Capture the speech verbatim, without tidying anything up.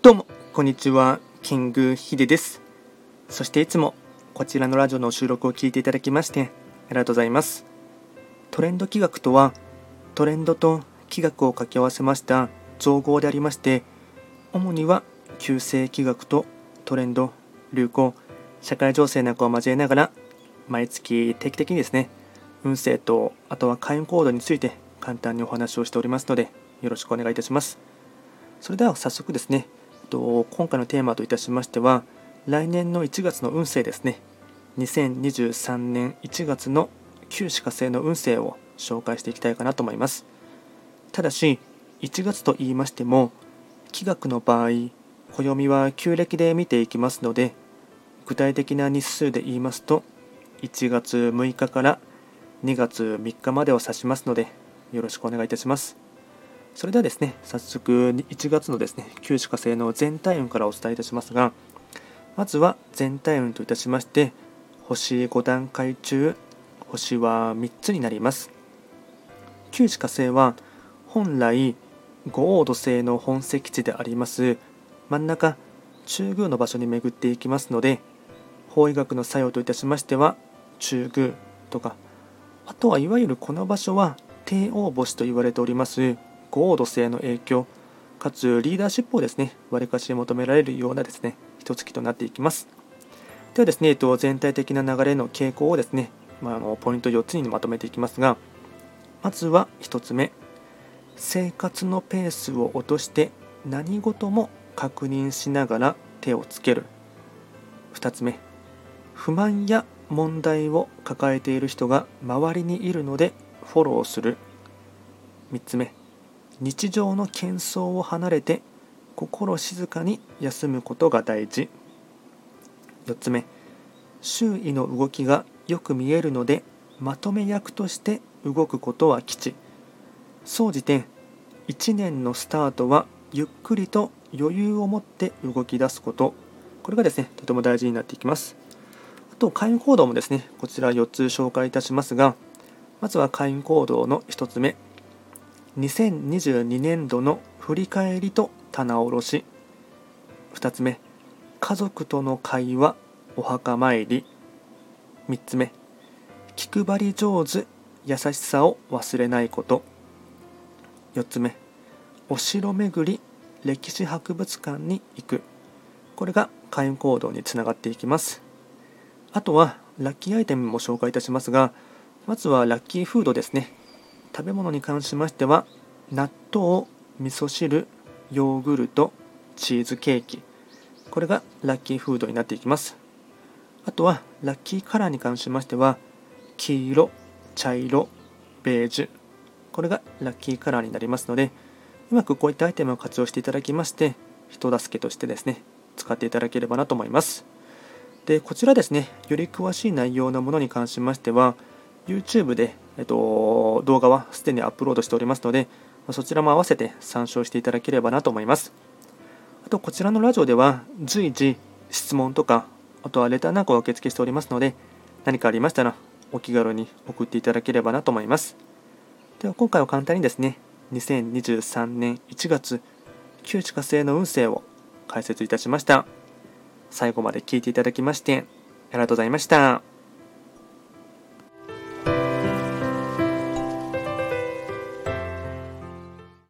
どうもこんにちは、キングヒデです。そしていつもこちらのラジオの収録を聞いていただきましてありがとうございます。トレンド企画とは、トレンドと企画を掛け合わせました造語でありまして、主には旧世企画とトレンド、流行、社会情勢なんかを交えながら毎月定期的にですね、運勢とあとは開運行動について簡単にお話をしておりますので、よろしくお願いいたします。それでは早速ですね、今回のテーマといたしましては、来年のいちがつの運勢ですね。にせんにじゅうさんねんいちがつの旧歯科星の運勢を紹介していきたいかなと思います。ただしいちがつと言いましても、気学の場合、暦は旧暦で見ていきますので、具体的な日数で言いますといちがつむいかからにがつみっかまでを指しますので、よろしくお願いいたします。それではですね、早速いちがつのですね、旧歯科星の全体運からお伝えいたしますが、まずは全体運といたしまして、星ごだんかい中、星はみっつになります。旧歯科星は本来五黄土星の本石地であります真ん中中宮の場所に巡っていきますので、法医学の作用といたしましては中宮とか、あとはいわゆるこの場所は帝王星と言われております五黄土星の影響かつリーダーシップをですね、わりかし求められるようなですね、一月となっていきます。ではですね、えっと、全体的な流れの傾向をですね、まあ、あのポイントよっつにまとめていきますが、まずはひとつめ、生活のペースを落として何事も確認しながら手をつける。ふたつめ、不満や問題を抱えている人が周りにいるのでフォローする。みっつめ、日常の喧騒を離れて心静かに休むことが大事。よっつめ、周囲の動きがよく見えるのでまとめ役として動くことは吉。総じていちねんのスタートはゆっくりと余裕を持って動き出すこと、これがですね、とても大事になっていきます。あと開運行動もですね、こちらよっつ紹介いたしますが、まずは開運行動のひとつめ、にせんにじゅうにねんどの振り返りと棚卸し。ふたつめ、家族との会話、お墓参り。みっつめ、気配り上手、優しさを忘れないこと。よっつめ、お城巡り、歴史博物館に行く。これが開運行動につながっていきます。あとはラッキーアイテムも紹介いたしますが、まずはラッキーフードですね。食べ物に関しましては納豆、味噌汁、ヨーグルト、チーズケーキ、これがラッキーフードになっていきます。あとはラッキーカラーに関しましては黄色、茶色、ベージュ、これがラッキーカラーになりますので、うまくこういったアイテムを活用していただきまして、人助けとしてですね、使っていただければなと思います。で、こちらですね、より詳しい内容のものに関しましては YouTube で、えっと、動画はすでにアップロードしておりますので、そちらも合わせて参照していただければなと思います。あとこちらのラジオでは随時質問とか、あとはレターなんかを受付しておりますので、何かありましたらお気軽に送っていただければなと思います。では今回は簡単にですね、にせんにじゅうさんねんいちがつ旧歯科星の運勢を解説いたしました。最後まで聞いていただきましてありがとうございました。